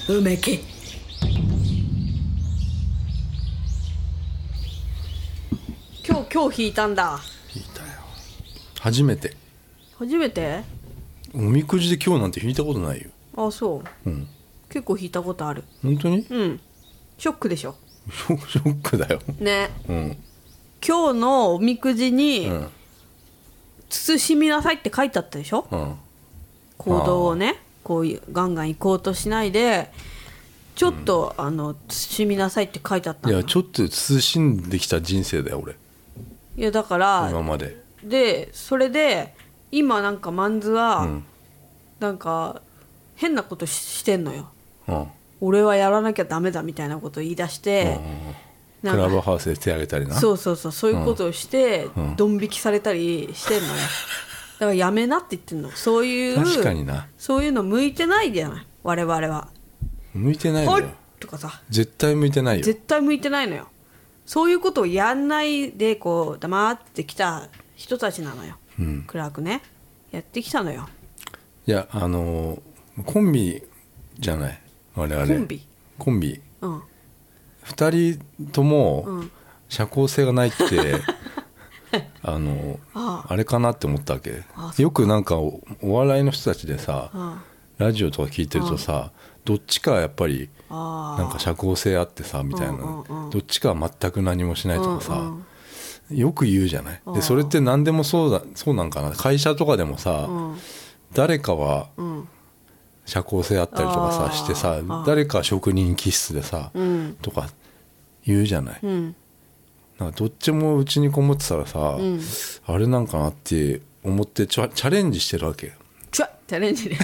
梅木。今日弾いたんだ。 弾いたよ。初めて。 初めて？ おみくじで今日なんて弾いたことないよ。 あ、そう。 うん。 結構弾いたことある。 本当に？ うん。ショックでしょ。 ショックだよ。 ね。 うん。 今日のおみくじに、 うん、 慎みなさいって書いてあったでしょ。 うん、 行動をね、こういうガンガン行こうとしないで、ちょっと、慎みなさいって書いてあったの。 いや、ちょっと慎んできた人生だよ俺。 いやだから今までで、それで今なんかマンズは、 うん、 なんか変なことしてんのよ。 うん、 俺はやらなきゃダメだみたいなことを言い出して、 クラブハウスで手挙げたりな。 そういうことをして、ドン引きされたりしてんのよ。だからやめなって言ってんの。そういう確かにな。 そういうの向いてないじゃない我々は。 向いてないのよ。 はいとかさ、 絶対向いてないよ。 絶対向いてないのよ。そういうことをやんないでこう黙ってきた人たちなのよ、 うん、 暗くねやってきたのよ。 いやコンビじゃない我々。コンビ、 うん、 2人とも、 うん、 社交性がないってあれかなって思ったわけ。よくなんか お笑いの人たちでさ、ラジオとか聞いてるとさ、どっちかやっぱりなんか社交性あってさみたいな、どっちかは全く何もしないとかさ、よく言うじゃない。でそれって何でもそうなんかな。会社とかでもさ、誰かは社交性あったりとかさしてさ、誰か職人気質でさ、とか言うじゃない。なんかどっちもうちにこもってたらさ、あれなんかなって思ってチャレンジしてるわけ。 チャレンジね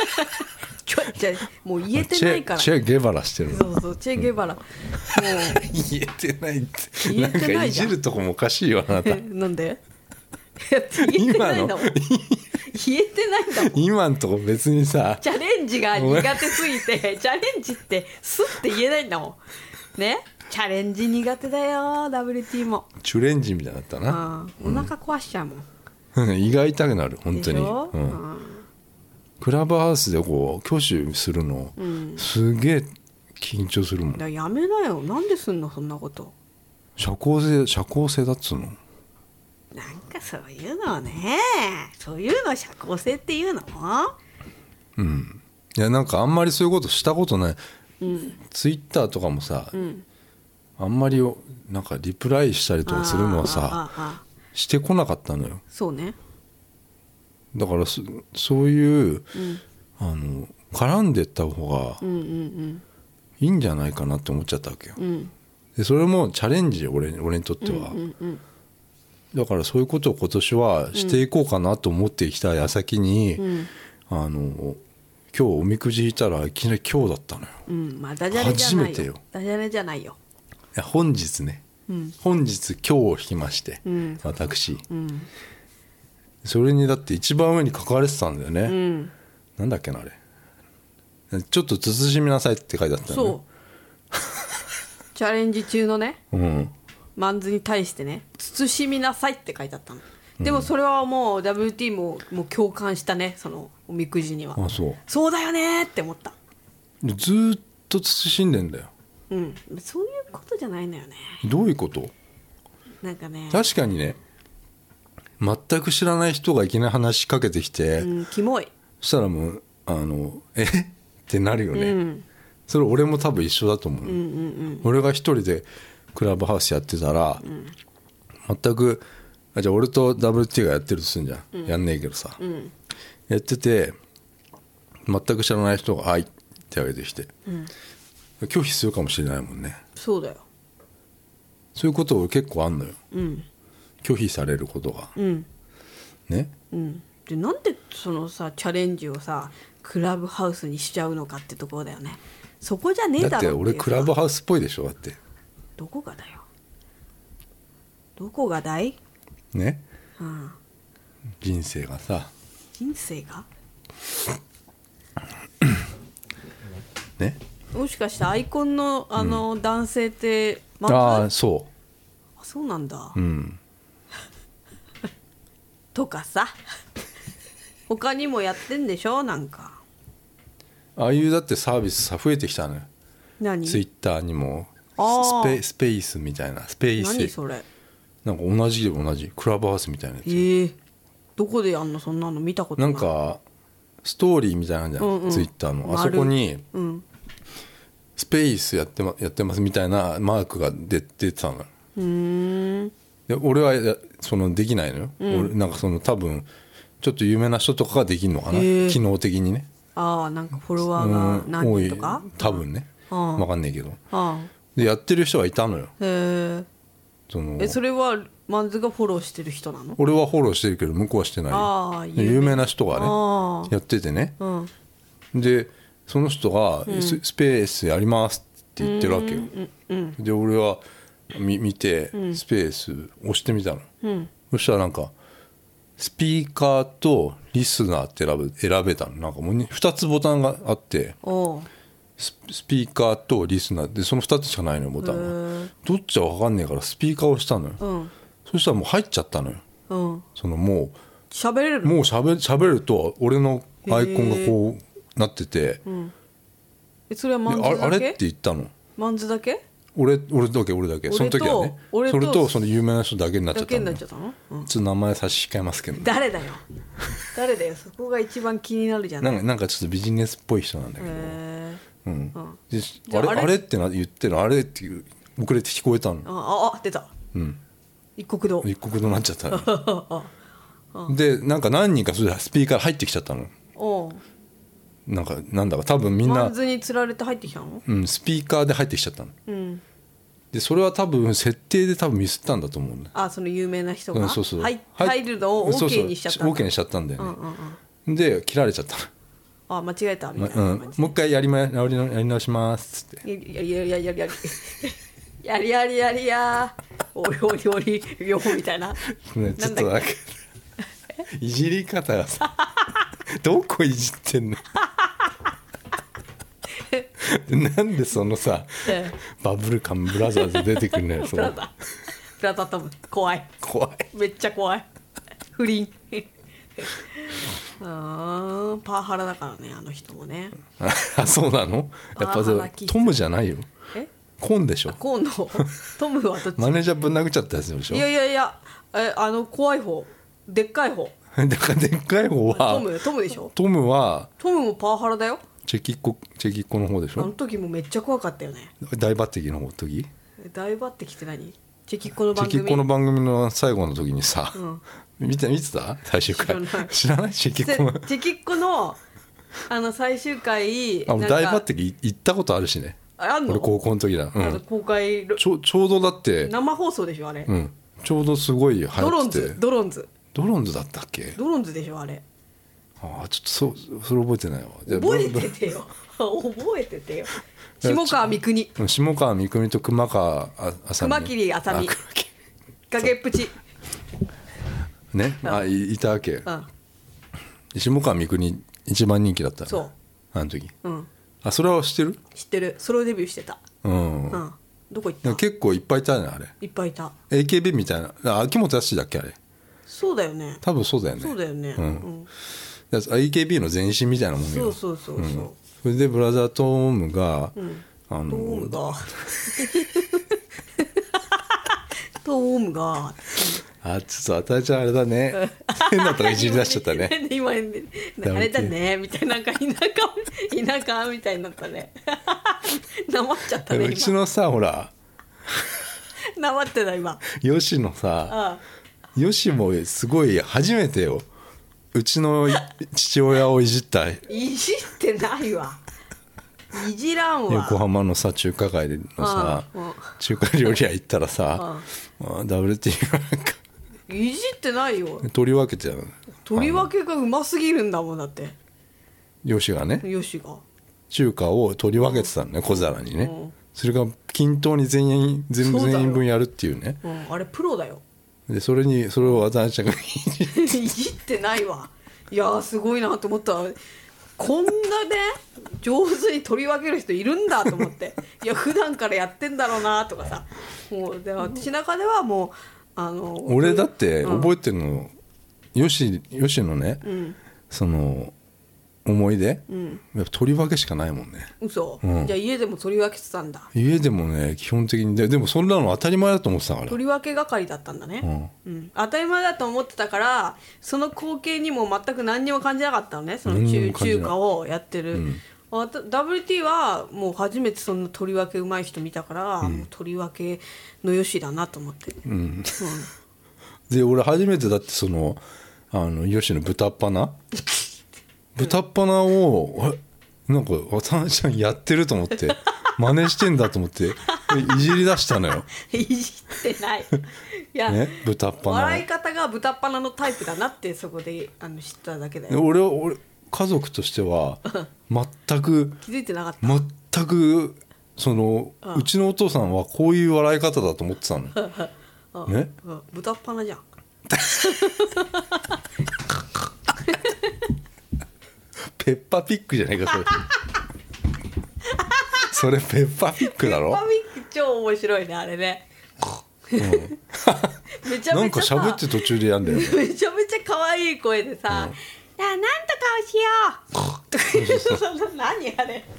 もう言えてないから。 チェゲバラしてるの。 そうチェゲバラ、もう言えてないって。なんかいじるとこもおかしいよあなた。 なんで？言えてないんだもん。言えてないんだもん。 今んとこ別にさ、 チャレンジが苦手すぎてチャレンジってスッて言えないんだもんね。チャレンジ苦手だよ WT も。 チュレンジみたいになったな。 お腹壊しちゃうもん。 胃が痛くなる本当に。 うんクラブハウスでこう挙手するの、すげえ緊張するもん。 だやめなよ。なんですんのそんなこと。 社交性だっつうの。 なんかそういうのね、そういうの社交性っていうの？ うん。いやなんかあんまりそういうことしたことない。ツイッターとかもさ、あんまりなんかリプライしたりとかするのはさ、してこなかったのよ。 そうね。 だからそういう、絡んでった方がいいんじゃないかなって思っちゃったわけよ。でそれもチャレンジ、俺にとっては。だからそういうことを今年はしていこうかなと思ってきた矢先に、今日おみくじ引いたらいきなり今日だったのよ。 まあ、ダジャレじゃないよ。 初めてよ。 ダジャレじゃないよ。 いや本日ね、本日今日を引きまして、私、それにだって一番上に書かれてたんだよね。なんだっけなあれ。ちょっと慎みなさいって書いてあったよね。 そうチャレンジ中のね、マンズに対してね、慎みなさいって書いてあったの。でもそれはもう WT も共感したね、そのおみくじには。 あ、 そうだよねって思った。 ずーっと慎んでんだよ。 そういうことじゃないのよね。 どういうこと？ なんかね、 確かにね、全く知らない人がいきなり話しかけてきて、 キモい。 そしたらもうってなるよね。それ俺も多分一緒だと思う。俺が一人でクラブハウスやってたら、全くじゃあ俺と WT がやってるとするんじゃん、やんねえけどさ、やってて全く知らない人が「はい」ってあげてきて、拒否するかもしれないもんね。 そうだよ。 そういうこと結構あんのよ、拒否されることが、ね、 でなんでそのさチャレンジをさクラブハウスにしちゃうのかってところだよね。そこじゃねえだろっていう。 だって俺クラブハウスっぽいでしょ。だってどこがだよ。どこがだいね、人生がさ、 人生がね、 もしかしてアイコンの男性ってああそうなんだ、とかさ他にもやってんでしょ。なんかああいうだってサービスさ増えてきたのよ。 何ツイッターにもスペースみたいなスペース何それなんか同じクラブハウスみたいなやつ、 どこでやんのそんなの見たことなないんかストーリーみたいなのじゃん、 うんうん、 ツイッターのあそこに、 うん、 スペースやってますみたいなマークが出てたの。で俺はそのできないのよ、俺なんかその多分ちょっと有名な人とかができるのかな、機能的にね。 ああなんかフォロワーが何人とか、 多分ね、分かんないけど、 あでやってる人がいたのよ。 へえ。それはマンズがフォローしてる人なの？ 俺はフォローしてるけど向こうはしてないよ。有名な人がねやっててね、でその人がスペースやりますって言ってるわけよ、で俺は見てスペース押してみたの、そしたらなんかスピーカーとリスナーって選べたの。なんかもう2つボタンがあって、スピーカーとリスナーでその2つしかないのよボタンが。どっちか分かんねえからスピーカーを押したのよ、そしたらもう入っちゃったのよ、そのもう喋れるの？ もう喋ると俺のアイコンがこうなってて、 それはマンズだけ？ あれって言ったの。 マンズだけ？ 俺だけその時はね。それとその有名な人だけになっちゃったの。ちょっと名前差し控えますけど、 誰だよそこが一番気になるじゃない。 なんかちょっとビジネスっぽい人なんだけど、あれって言ってるのあれっていう遅れて聞こえたの。 出た、一国堂になっちゃったのでなんか何人かそれスピーカー入ってきちゃったの。なんだか多分みんなマンズに釣られて入ってきたの？ スピーカーで入ってきちゃったの、でそれは多分設定で多分ミスったんだと思うんだ。 その有名な人が、 そう入るのを OK にしちゃったんだ。 OK にしちゃったんだよね、で切られちゃったの。 間違えたみたいな感じで、 もう一回やり直しますっつって、 やおりよみたいな、 ちょっとなんかいじり方がさどこいじってんのなんでそのさ、バブルカムブラザーズ出てくるのよ。 ブラザートム怖いめっちゃ怖い不倫パワハラだからねあの人もねそうなの？やっぱトムじゃないよ。コンでしょ。 コンのトムはどっち？ マネージャーぶん殴っちゃったやつでしょ。 いや怖い方、でっかい方だからでっかい方はトムでしょ。 トムもパワハラだよ。 チェキッコの方でしょ。 あの時もめっちゃ怖かったよね。 大抜擢の時？ 大抜擢って何？チェキッコの番組？ チェキッコの番組の最後の時にさ、見てた？最終回知らない？チェキッコの最終回大抜擢行ったことあるしね。俺高校の時だ、 公開ちょうどだって生放送でしょあれ、 ちょうどすごい流行ってて。ドロンズだったっけ？ ドロンズでしょあれ。 ちょっとそれ覚えてないわ。 覚えててよ下川三國と熊切あさみ崖っぷちね、いたわけ。下川三國一番人気だったそうあの時、それは知ってる？ ソロデビューしてた。どこ行った？ 結構いっぱいいたねあれ。 いっぱいいた。 AKB みたいな。秋元康だっけあれ。 そうだよね。 多分そうだよね。AKB の前身みたいなもんよ。 そうそれでブラザートームが、 トームがちょっと私はあれだね変なとこいじり出しちゃったね今あれだねみたいな、なんか田舎みたいになったねなまっちゃったね今。 うちのさほらなまってた今。 ヨシのさ、ヨシもすごい初めてようちの父親をいじった。 いじってないわ。いじらんわ。 横浜のさ中華街のさ中華料理屋行ったらさWT がなんかいじってないよ。 取り分けてやる。 取り分けがうますぎるんだもんだって。 ヨシが中華を取り分けてたのね、小皿にね、それが均等に全員分やるっていうね、 あれプロだよ。 でそれを私ちゃんがいじってないわ。いやすごいなと思った。こんなね上手に取り分ける人いるんだと思って。いや普段からやってんだろうなとかさ。もうで私の中ではもう俺だって覚えてるの、ヨシのね、その思い出、やっぱ取り分けしかないもんね。 嘘、じゃあ家でも取り分けてたんだ。 家でもね基本的にでもそんなの当たり前だと思ってたから。 取り分け係だったんだね、当たり前だと思ってたから、その光景にも全く何にも感じなかったのね、その中華をやってる、WT はもう初めてそんな取り分けうまい人見たから、もう取り分けのよしだなと思って、 で俺初めてだってそのよしの豚っ鼻豚っ鼻をなんか渡辺ちゃんやってると思って真似してんだと思っていじり出したのよ。 いじってないいや、 ね、豚っ鼻笑い方が豚っ鼻のタイプだなってそこで知っただけだよ。 俺家族としては全く気づいてなかった。 全くそのうちのお父さんはこういう笑い方だと思ってたのね、 豚っ鼻じゃんペッパピックじゃないかそれペッパピックだろ。 ペッパピック超面白いねあれね、めちゃめちゃなんか喋って途中でやんだよねめちゃめちゃ可愛い声でさ、なんとかをしようとか言う何あれ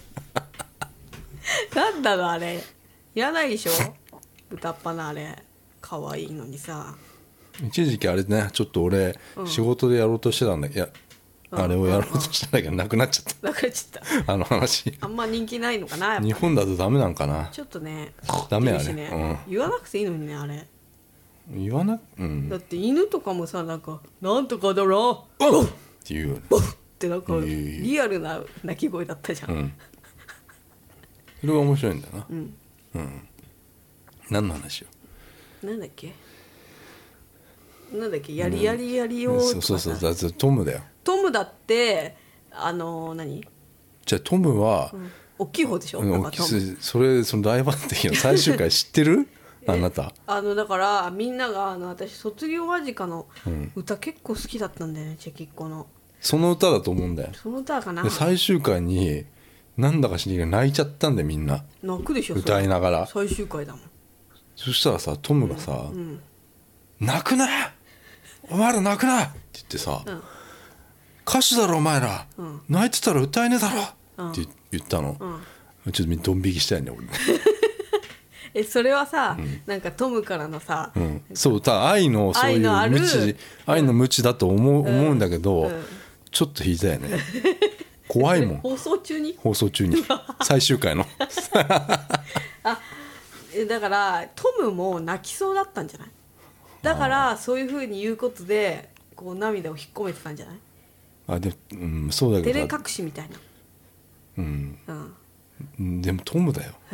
なんだろうあれ、いらないでしょ豚っ鼻あれ可愛いのにさ。 一時期あれねちょっと俺、仕事でやろうとしてたんだけど、いやあれをやろうとしたんだけどなくなっちゃった。 なくなっちゃったあの話あんま人気ないのかなやっぱ。 日本だとダメなんかな。 ちょっとねダメやしね、 言わなくていいのにねあれ。 言わなだって犬とかもさなんかなんとかだろっていうよねってなんかリアルな鳴き声だったじゃん、 それが面白いんだよな。何の話よ。 なんだっけやりやりやりよとかさ、 そうトムだよ。 トムだって何じゃあトムは、 大きい方でしょ、なんかトムその大抜擢の最終回知ってるあなた。 だからみんなが私卒業間近の歌結構好きだったんだよね、チェキッコの。 その歌だと思うんだよ。 その歌かな。 で最終回になんだか知りが泣いちゃったんでみんな泣くでしょ歌いながら。 最終回だもん。 そしたらさトムがさ、泣くなお前ら泣くなって言ってさ、歌手だろお前ら、泣いてたら歌えねえだろって言ったの、ちょっとドン引きしたいね俺それはさ、なんかトムからのさ、 そう愛のそういう愛の無知だと思うんだけど、ちょっと引いたよね怖いもん放送中に最終回のだからトムも泣きそうだったんじゃない。だからそういう風に言うことでこう涙を引っ込めてたんじゃない。 でも、そうだけど照れ隠しみたいな。 でもトムだよ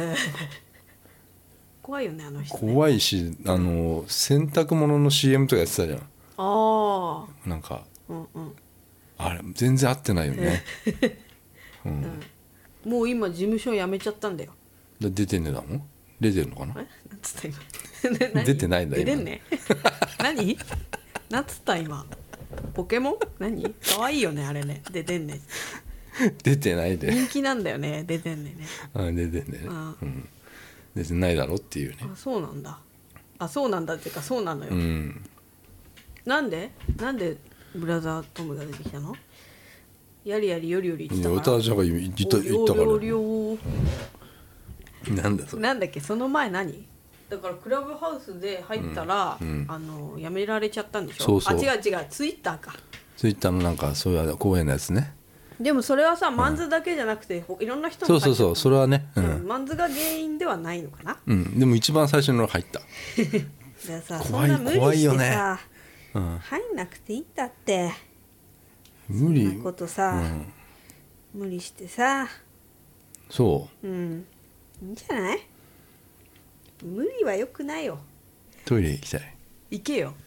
怖いよねあの人ね。 怖いし洗濯物の CM とかやってたじゃん。なんか、あれ全然合ってないよねもう今事務所辞めちゃったんだよ。 出てんねだもん。出てるのかな。 なんつった今出てないんだ今出てんね何なんつった今ポケモン何可愛いよねあれね。出てんね出てないで人気なんだよね出てんねね。 出てんね、出てないだろっていうね。 そうなんだ。そうなんだっていうかそうなのよ、なんでブラザートムが出てきたの。やりやりよりより言ってたから。 私が言ったからなんだそれ。 なんだっけその前何だからクラブハウスで入ったら、やめられちゃったんでしょ。違うツイッターか。 ツイッターのなんかそういう公演のやつね。 でもそれはさマンズだけじゃなくて、いろんな人も入っちゃった。 そうそれはね、 マンズが原因ではないのかな。 でも一番最初の入ったじゃあさ怖いそんな無理してさ怖いよね、 入んなくていいんだって。 無理そんなことさ、無理してさ。 そういいんじゃない。無理は良くないよ。 トイレ行きたい。 行けよ。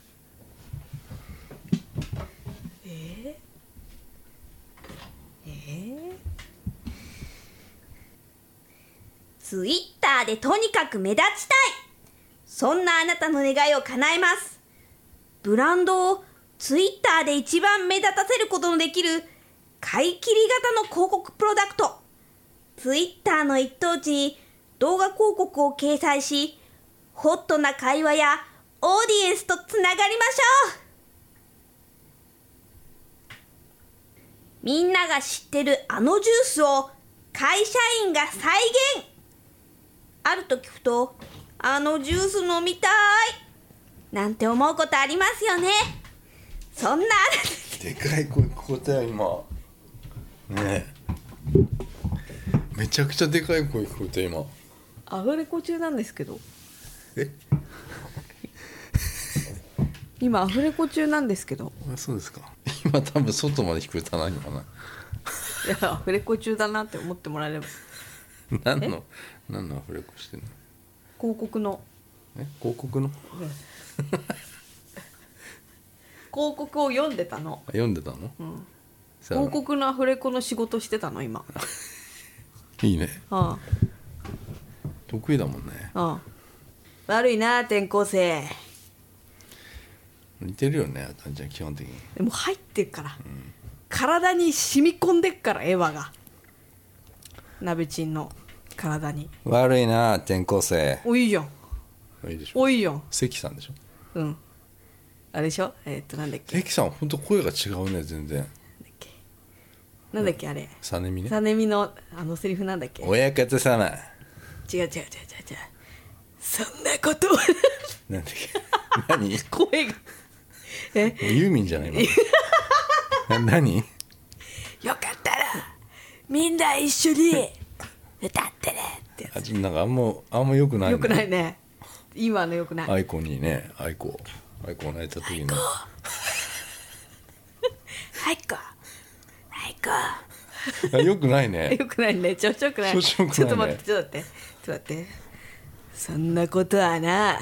ツイッターでとにかく目立ちたい。そんなあなたの願いを叶えます。ブランドをツイッターで一番目立たせることのできる買い切り型の広告プロダクト。ツイッターの一等地に動画広告を掲載し、ホットな会話やオーディエンスとつながりましょう。 みんなが知ってるあのジュースを会社員が再現。あると聞くと、あのジュース飲みたいなんて思うことありますよね。そんなでかい声聞こえたよ今ねえ、めちゃくちゃでかい声聞こえた今。 アフレコ中なんですけど。 え今アフレコ中なんですけど。 あ、そうですか。今多分外まで聞こえたな今な。 いやアフレコ中だなって思ってもらえれば。 何のアフレコしてんの？ 広告の広告の広告を読んでたの。 読んでたの？ 広告のアフレコの仕事してたの今。 いいね。 ああ得意だもんね。 ああ、悪いな転校生。 似てるよね、あかんちゃん基本的に。 でも入ってるから、体に染み込んでっからエヴァが鍋ちんの体に。 悪いな転校生。 おいいじゃん。 いいでしょ。 おいいやん。 関さんでしょ。 うんあれでしょ。なんだっけ関さん本当声が違うね全然。 なんだっけあれ。 サネミね。 サネミのあのセリフなんだっけ。 親方様。 違うそんなことなんだっけ何声がユーミンじゃない今何よかったらみんな一緒に歌ってねってやつ。 なんかあんま良くないね。 よくないね今のよくない。 アイコにね、アイコ泣いた時のよくないね。 よくないね。ちょくない。 調子よくないね。 ちょっと待ってそんなことはな。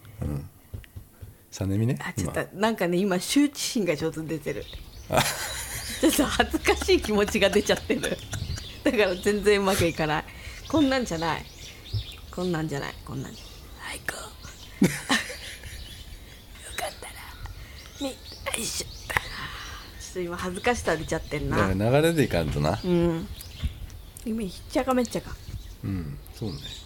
サネミね。 ちょっとなんかね今羞恥心がちょっと出てる。ちょっと恥ずかしい気持ちが出ちゃってる。だから全然うまくいかない。こんなんじゃない。こんなんよかったらみんな一緒。ちょっと今恥ずかしさ出ちゃってんな。 流れでいかんとな。 今ひっちゃかめっちゃか。 そうね。